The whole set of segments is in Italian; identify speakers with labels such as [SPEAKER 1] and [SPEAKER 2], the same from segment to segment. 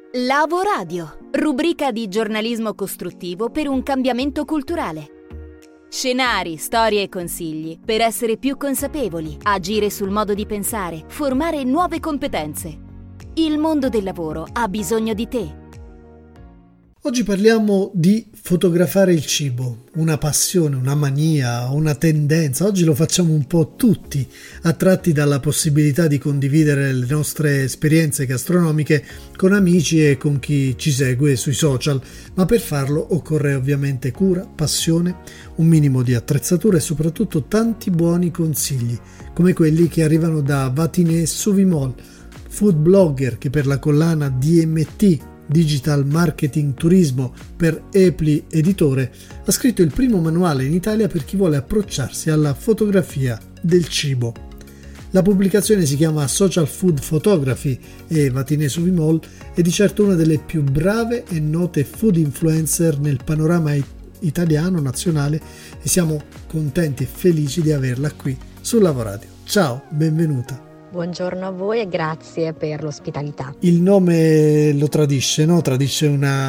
[SPEAKER 1] Lavoradio, rubrica di giornalismo costruttivo per un cambiamento culturale. Scenari, storie e consigli per essere più consapevoli, agire sul modo di pensare, formare nuove competenze. Il mondo del lavoro ha bisogno di te.
[SPEAKER 2] Oggi parliamo di fotografare il cibo, una passione, una mania, una tendenza. Oggi lo facciamo un po' tutti, attratti dalla possibilità di condividere le nostre esperienze gastronomiche con amici e con chi ci segue sui social, ma per farlo occorre ovviamente cura, passione, un minimo di attrezzatura e soprattutto tanti buoni consigli, come quelli che arrivano da Vatine Suvimol, food blogger che per la collana DMT Digital Marketing Turismo per Epli Editore ha scritto il primo manuale in Italia per chi vuole approcciarsi alla fotografia del cibo. La pubblicazione si chiama Social Food Photography e Vatine Suvimol è di certo una delle più brave e note food influencer nel panorama italiano nazionale e siamo contenti e felici di averla qui su Lavoradio. Ciao, benvenuta.
[SPEAKER 3] Buongiorno a voi e grazie per l'ospitalità.
[SPEAKER 2] Il nome lo tradisce, no? Tradisce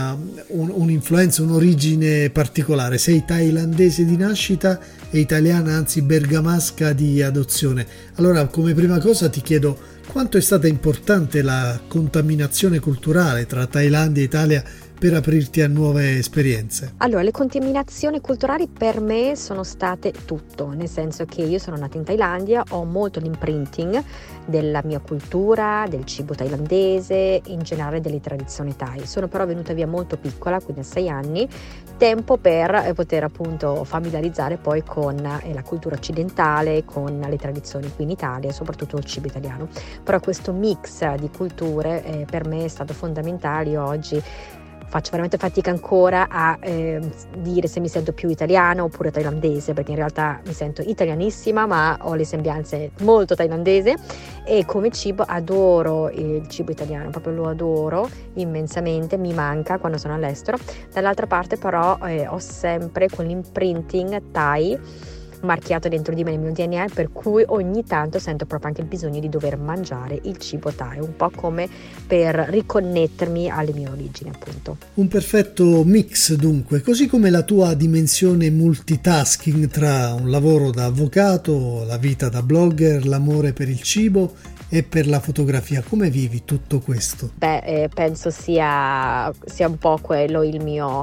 [SPEAKER 2] un'influenza, un'origine particolare. Sei thailandese di nascita e italiana, anzi bergamasca di adozione. Allora, come prima cosa ti chiedo quanto è stata importante la contaminazione culturale tra Thailandia e Italia per aprirti a nuove esperienze?
[SPEAKER 3] Allora, le contaminazioni culturali per me sono state tutto, nel senso che io sono nata in Thailandia, ho molto l'imprinting della mia cultura, del cibo thailandese, in generale delle tradizioni thai. Sono però venuta via molto piccola, quindi a 6 anni, tempo per poter appunto familiarizzare poi con la cultura occidentale, con le tradizioni qui in Italia e soprattutto il cibo italiano. Però questo mix di culture per me è stato fondamentale. Io oggi faccio veramente fatica ancora a dire se mi sento più italiana oppure thailandese, perché in realtà mi sento italianissima ma ho le sembianze molto thailandese. E come cibo adoro il cibo italiano, proprio lo adoro immensamente, mi manca quando sono all'estero. Dall'altra parte però ho sempre quell'imprinting thai marchiato dentro di me nel mio DNA, per cui ogni tanto sento proprio anche il bisogno di dover mangiare il cibo thai, un po' come per riconnettermi alle mie origini, appunto.
[SPEAKER 2] Un perfetto mix dunque, così come la tua dimensione multitasking tra un lavoro da avvocato, la vita da blogger, l'amore per il cibo e per la fotografia. Come vivi tutto questo?
[SPEAKER 3] Penso sia un po' quello il mio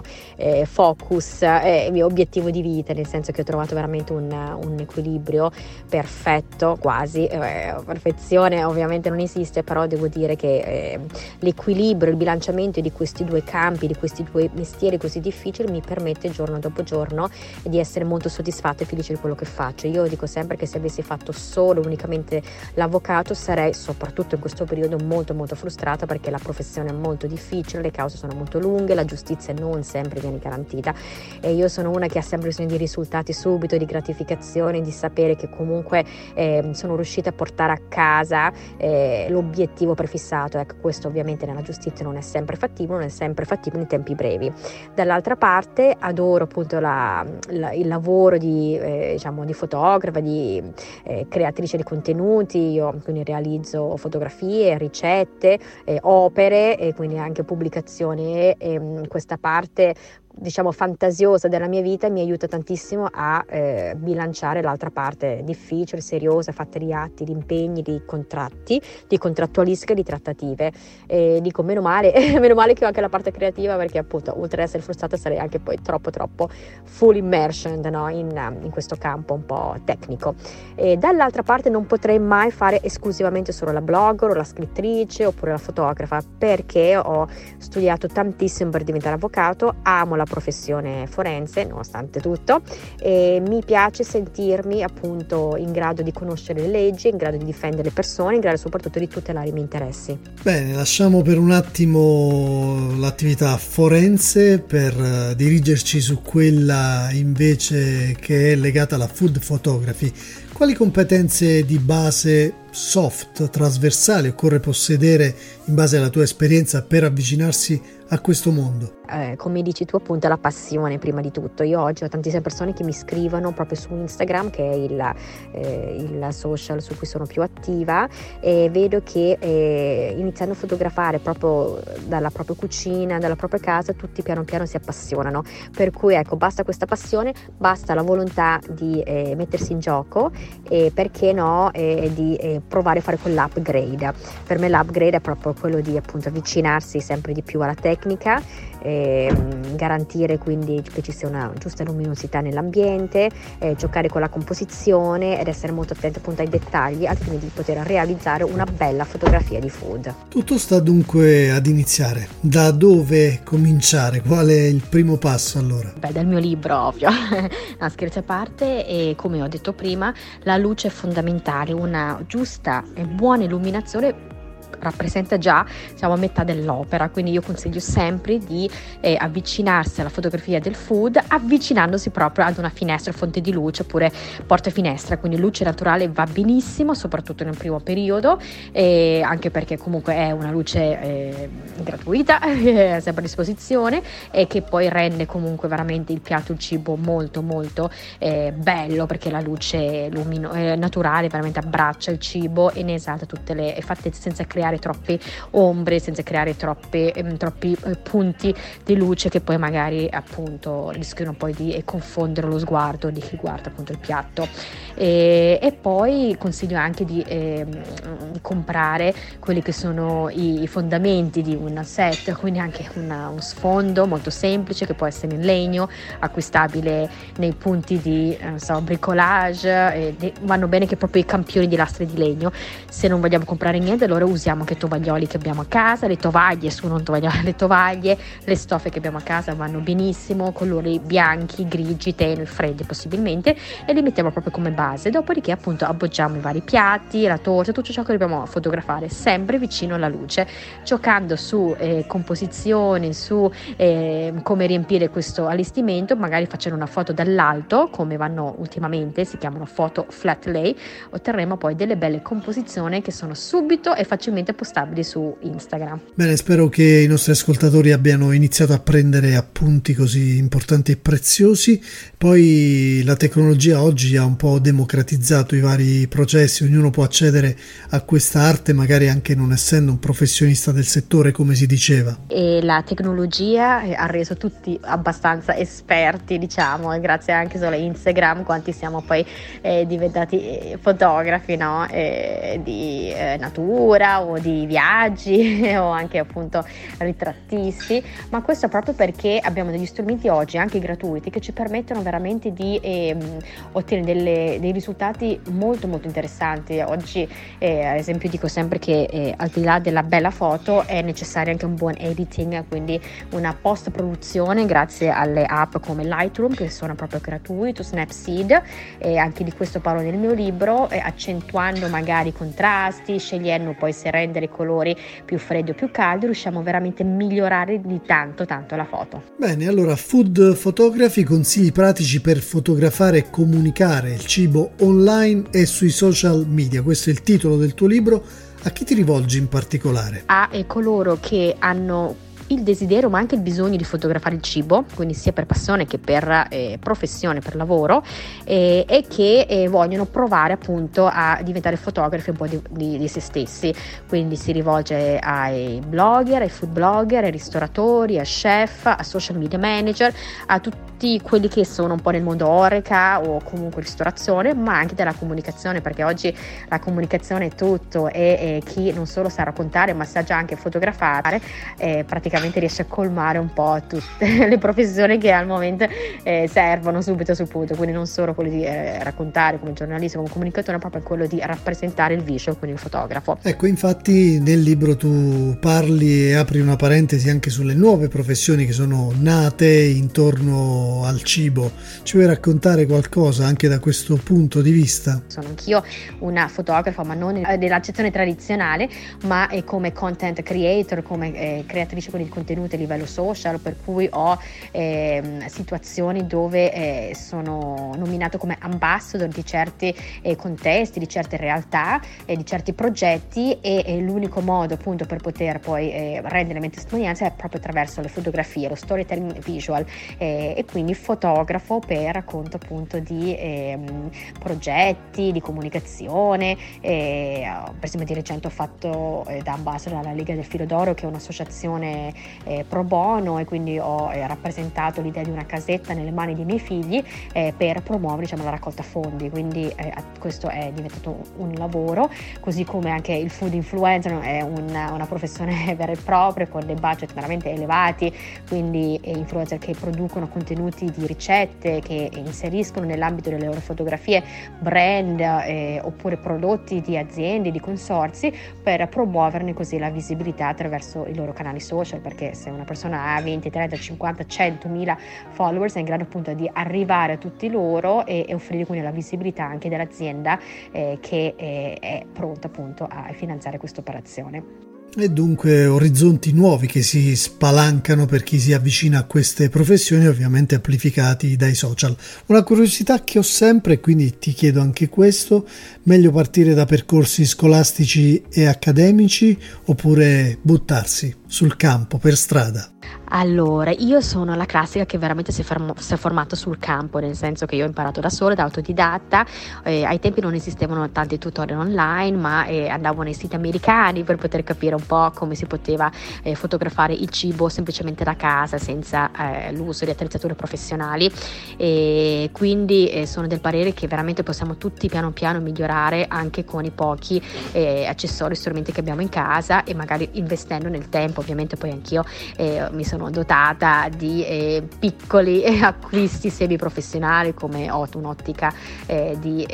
[SPEAKER 3] focus, il mio obiettivo di vita, nel senso che ho trovato veramente un equilibrio perfetto, quasi. Perfezione ovviamente non esiste, però devo dire che l'equilibrio, il bilanciamento di questi due campi, di questi due mestieri così difficili mi permette giorno dopo giorno di essere molto soddisfatta e felice di quello che faccio. Io dico sempre che se avessi fatto solo unicamente l'avvocato sarei, soprattutto in questo periodo, molto molto frustrata, perché la professione è molto difficile, le cause sono molto lunghe, la giustizia non sempre viene garantita e io sono una che ha sempre bisogno di risultati subito, di gratificazione, di sapere che comunque sono riuscita a portare a casa l'obiettivo prefissato. Ecco, questo ovviamente nella giustizia non è sempre fattibile, non è sempre fattibile in tempi brevi. Dall'altra parte adoro appunto il lavoro di fotografa, di creatrice di contenuti. Io quindi realizzo fotografie, ricette, opere e quindi anche pubblicazioni e questa parte diciamo fantasiosa della mia vita mi aiuta tantissimo a bilanciare l'altra parte difficile, seriosa, fatta di atti, di impegni, di contratti, di contrattualistica e di trattative. E dico meno male che ho anche la parte creativa, perché appunto oltre ad essere frustrata sarei anche poi troppo full immersion, no? in questo campo un po' tecnico. E dall'altra parte non potrei mai fare esclusivamente solo la blogger o la scrittrice oppure la fotografa, perché ho studiato tantissimo per diventare avvocato, amo la professione forense nonostante tutto e mi piace sentirmi appunto in grado di conoscere le leggi, in grado di difendere le persone, in grado soprattutto di tutelare i miei interessi.
[SPEAKER 2] Bene, lasciamo per un attimo l'attività forense per dirigerci su quella invece che è legata alla food photography. Quali competenze di base soft, trasversali occorre possedere in base alla tua esperienza per avvicinarsi a questo mondo?
[SPEAKER 3] Come dici tu, appunto, la passione prima di tutto. Io oggi ho tantissime persone che mi scrivono proprio su Instagram, che è il social su cui sono più attiva, e vedo che iniziando a fotografare proprio dalla propria cucina, dalla propria casa, tutti piano piano si appassionano, per cui ecco, basta questa passione, basta la volontà di mettersi in gioco e perché no di provare a fare quell'upgrade. Per me l'upgrade è proprio quello di appunto avvicinarsi sempre di più alla tecnica, garantire quindi che ci sia una giusta luminosità nell'ambiente, giocare con la composizione ed essere molto attenti appunto ai dettagli al fine di poter realizzare una bella fotografia di food.
[SPEAKER 2] Tutto sta dunque ad iniziare. Da dove cominciare? Qual è il primo passo allora?
[SPEAKER 3] Dal mio libro, ovvio. No, scherzi a parte, e come ho detto prima, la luce è fondamentale, una giusta e buona illuminazione rappresenta già, siamo a metà dell'opera, quindi io consiglio sempre di avvicinarsi alla fotografia del food avvicinandosi proprio ad una finestra, fonte di luce oppure porta finestra, quindi luce naturale va benissimo, soprattutto nel primo periodo, anche perché comunque è una luce gratuita, sempre a disposizione, e che poi rende comunque veramente il piatto, il cibo molto molto bello, perché la luce naturale veramente abbraccia il cibo e ne esalta tutte le fattezze senza creare troppe ombre, senza creare troppi punti di luce che poi magari appunto rischiano poi di confondere lo sguardo di chi guarda appunto il piatto. E poi consiglio anche di comprare quelli che sono i fondamenti di un set, quindi anche uno sfondo molto semplice che può essere in legno, acquistabile nei punti di bricolage, vanno bene che proprio i campioni di lastre di legno. Se non vogliamo comprare niente, allora usiamo anche tovaglioli che abbiamo a casa, le tovaglie le tovaglie, le stoffe che abbiamo a casa vanno benissimo, colori bianchi, grigi, tenui, freddi possibilmente, e li mettiamo proprio come base. Dopodiché appunto appoggiamo i vari piatti, la torta, tutto ciò che dobbiamo fotografare sempre vicino alla luce, giocando su composizione, su come riempire questo allestimento, magari facendo una foto dall'alto come vanno ultimamente, si chiamano foto flat lay, otterremo poi delle belle composizioni che sono subito e facilmente postabili su Instagram.
[SPEAKER 2] Bene, spero che i nostri ascoltatori abbiano iniziato a prendere appunti così importanti e preziosi. Poi la tecnologia oggi ha un po' democratizzato i vari processi, ognuno può accedere a questa arte magari anche non essendo un professionista del settore, come si diceva.
[SPEAKER 3] E la tecnologia ha reso tutti abbastanza esperti, diciamo, grazie anche solo a Instagram, quanti siamo poi diventati fotografi, no? Di natura o di viaggi o anche appunto ritrattisti, ma questo proprio perché abbiamo degli strumenti oggi anche gratuiti che ci permettono veramente di ottenere dei risultati molto molto interessanti. Oggi ad esempio dico sempre che al di là della bella foto è necessario anche un buon editing, quindi una post produzione grazie alle app come Lightroom che sono proprio gratuito, Snapseed, e anche di questo parlo nel mio libro, accentuando magari i contrasti, scegliendo poi se rendere i colori più freddi o più caldi, riusciamo veramente a migliorare di tanto la foto.
[SPEAKER 2] Bene, allora Food Photography, consigli pratici per fotografare e comunicare il cibo online e sui social media. Questo è il titolo del tuo libro. A chi ti rivolgi in particolare?
[SPEAKER 3] A coloro che hanno il desiderio ma anche il bisogno di fotografare il cibo, quindi sia per passione che per professione, per lavoro, e che vogliono provare appunto a diventare fotografi un po' di se stessi, quindi si rivolge ai blogger, ai food blogger, ai ristoratori, a chef, a social media manager, a tutti quelli che sono un po' nel mondo oreca o comunque ristorazione, ma anche della comunicazione, perché oggi la comunicazione è tutto, e chi non solo sa raccontare ma sa già anche fotografare praticamente riesce a colmare un po' tutte le professioni che al momento servono subito sul punto, quindi non solo quello di raccontare come giornalista, come comunicatore, ma proprio quello di rappresentare il visual, quindi il fotografo.
[SPEAKER 2] Ecco, infatti nel libro tu parli e apri una parentesi anche sulle nuove professioni che sono nate intorno attorno al cibo. Ci vuoi raccontare qualcosa anche da questo punto di vista?
[SPEAKER 3] Sono anch'io una fotografa, ma non nell'accezione tradizionale, ma come content creator, come creatrice di contenuti a livello social, per cui ho situazioni dove sono nominato come ambassador di certi contesti, di certe realtà, di certi progetti, e l'unico modo appunto per poter poi rendere la mia testimonianza è proprio attraverso le fotografie, lo storytelling visual, e quindi fotografo per racconto appunto di progetti, di comunicazione. Per esempio di recente ho fatto da ambassador alla Lega del Filo d'Oro, che è un'associazione pro bono, e quindi ho rappresentato l'idea di una casetta nelle mani dei miei figli per promuovere, diciamo, la raccolta fondi. Quindi questo è diventato un lavoro, così come anche il food influencer è una professione vera e propria, con dei budget veramente elevati, quindi influencer che producono contenuti di ricette, che inseriscono nell'ambito delle loro fotografie brand oppure prodotti di aziende, di consorzi, per promuoverne così la visibilità attraverso i loro canali social, perché se una persona ha 20, 30, 50, 100.000 followers è in grado appunto di arrivare a tutti loro e offrire quindi la visibilità anche dell'azienda che è pronta appunto a finanziare questa operazione.
[SPEAKER 2] E dunque orizzonti nuovi che si spalancano per chi si avvicina a queste professioni, ovviamente amplificati dai social. Una curiosità che ho sempre, e quindi ti chiedo anche questo: meglio partire da percorsi scolastici e accademici oppure buttarsi sul campo, per strada?
[SPEAKER 3] Allora, io sono la classica che veramente si è formata sul campo, nel senso che io ho imparato da sola, da autodidatta. Ai tempi non esistevano tanti tutorial online, ma andavo nei siti americani per poter capire un po' come si poteva fotografare il cibo semplicemente da casa, senza l'uso di attrezzature professionali. E quindi sono del parere che veramente possiamo tutti piano piano migliorare anche con i pochi accessori, strumenti che abbiamo in casa, e magari investendo nel tempo. Ovviamente poi anch'io mi sono dotata di piccoli acquisti semi-professionali, come ho un'ottica di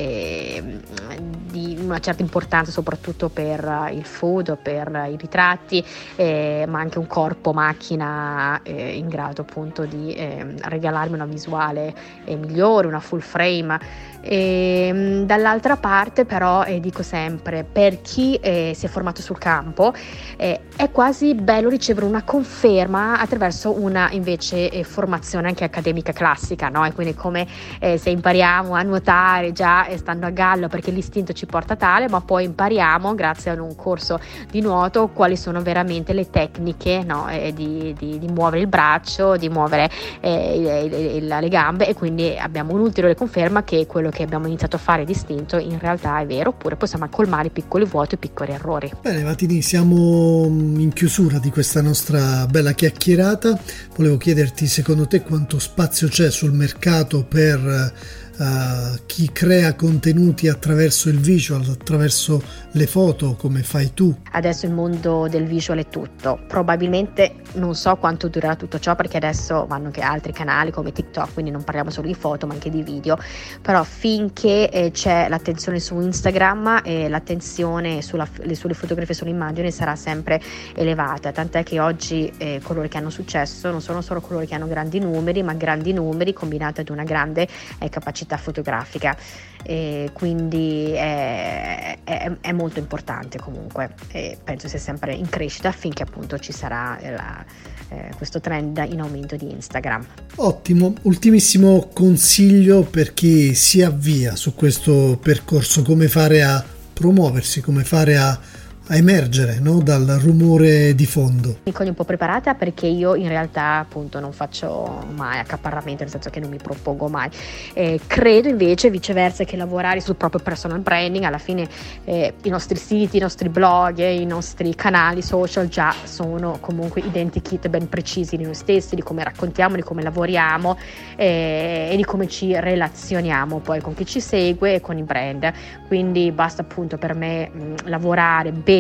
[SPEAKER 3] una certa importanza, soprattutto per il food, per i ritratti, ma anche un corpo macchina in grado appunto di regalarmi una visuale migliore, una full frame. Dall'altra parte però dico sempre, per chi si è formato sul campo è quasi bello ricevere una conferma attraverso una invece formazione anche accademica classica, no? E quindi come se impariamo a nuotare già stando a galla perché l'istinto ci porta tale, ma poi impariamo grazie a un corso di nuoto quali sono veramente le tecniche, no? Di muovere il braccio, di muovere le gambe, e quindi abbiamo un'ulteriore conferma che quello che abbiamo iniziato a fare distinto in realtà è vero, oppure possiamo colmare piccoli vuoti e piccoli errori.
[SPEAKER 2] Bene Vatini, siamo in chiusura di questa nostra bella chiacchierata. Volevo chiederti, secondo te, quanto spazio c'è sul mercato per chi crea contenuti attraverso il visual, attraverso le foto, come fai tu?
[SPEAKER 3] Adesso il mondo del visual è tutto. Probabilmente non so quanto durerà tutto ciò, perché adesso vanno anche altri canali come TikTok, quindi non parliamo solo di foto ma anche di video. Però finché c'è l'attenzione su Instagram, l'attenzione sulle fotografie, sulle immagini sarà sempre elevata, tant'è che oggi coloro che hanno successo non sono solo coloro che hanno grandi numeri, ma grandi numeri combinati ad una grande capacità fotografica. Quindi è molto importante comunque, e penso sia sempre in crescita finché appunto ci sarà questo trend in aumento di Instagram.
[SPEAKER 2] Ottimo. Ultimissimo consiglio per chi si avvia su questo percorso: come fare a promuoversi, come fare a emergere, no? Dal rumore di fondo.
[SPEAKER 3] Mi coglie un po' preparata, perché io in realtà appunto non faccio mai accaparramento, nel senso che non mi propongo mai. Credo invece viceversa che lavorare sul proprio personal branding, alla fine i nostri siti, i nostri blog, i nostri canali social già sono comunque identikit ben precisi di noi stessi, di come raccontiamo, di come lavoriamo e di come ci relazioniamo poi con chi ci segue e con i brand. Quindi basta appunto per me lavorare bene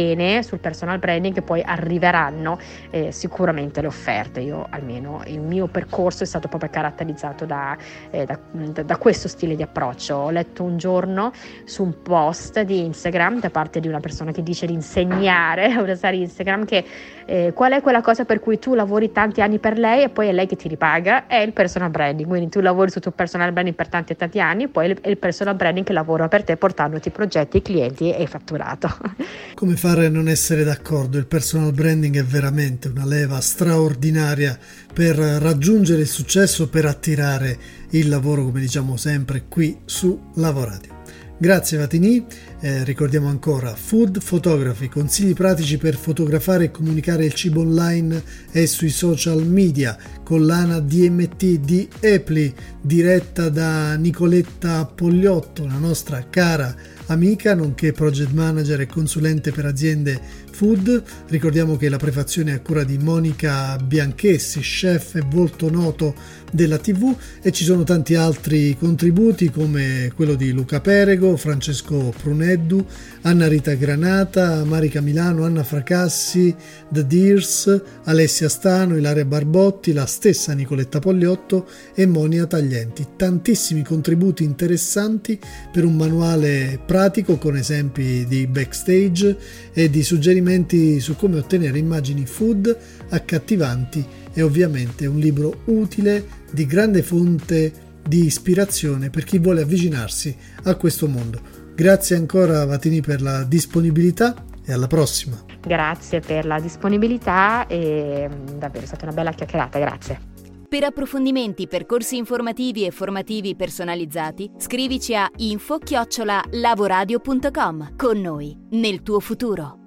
[SPEAKER 3] bene sul personal branding, che poi arriveranno sicuramente le offerte. Io almeno il mio percorso è stato proprio caratterizzato da questo stile di approccio. Ho letto un giorno su un post di Instagram da parte di una persona che dice di insegnare a usare Instagram che qual è quella cosa per cui tu lavori tanti anni per lei e poi è lei che ti ripaga, è il personal branding. Quindi tu lavori sul tuo personal branding per tanti e tanti anni, poi è il personal branding che lavora per te portandoti progetti, clienti e fatturato.
[SPEAKER 2] Come fare a non essere d'accordo? Il personal branding è veramente una leva straordinaria per raggiungere il successo, per attirare il lavoro, come diciamo sempre qui su Lavoradio. Grazie Vatinì, ricordiamo ancora Food Photography, consigli pratici per fotografare e comunicare il cibo online e sui social media, collana DMT di Epli, diretta da Nicoletta Pogliotto, la nostra cara amica, nonché project manager e consulente per aziende food. Ricordiamo che la prefazione è a cura di Monica Bianchessi, chef e volto noto della TV, e ci sono tanti altri contributi come quello di Luca Perego, Francesco Pruneddu, Anna Rita Granata, Marica Milano, Anna Fracassi, The Deers, Alessia Stano, Ilaria Barbotti, la stessa Nicoletta Pogliotto e Monia Taglienti. Tantissimi contributi interessanti per un manuale pratico con esempi di backstage e di suggerimenti su come ottenere immagini food accattivanti, e ovviamente un libro utile di grande fonte di ispirazione per chi vuole avvicinarsi a questo mondo. Grazie ancora Vatinì per la disponibilità e alla prossima.
[SPEAKER 3] Grazie per la disponibilità e davvero è stata una bella chiacchierata, grazie.
[SPEAKER 1] Per approfondimenti, percorsi informativi e formativi personalizzati, scrivici a info@lavoradio.com. Con noi, nel tuo futuro.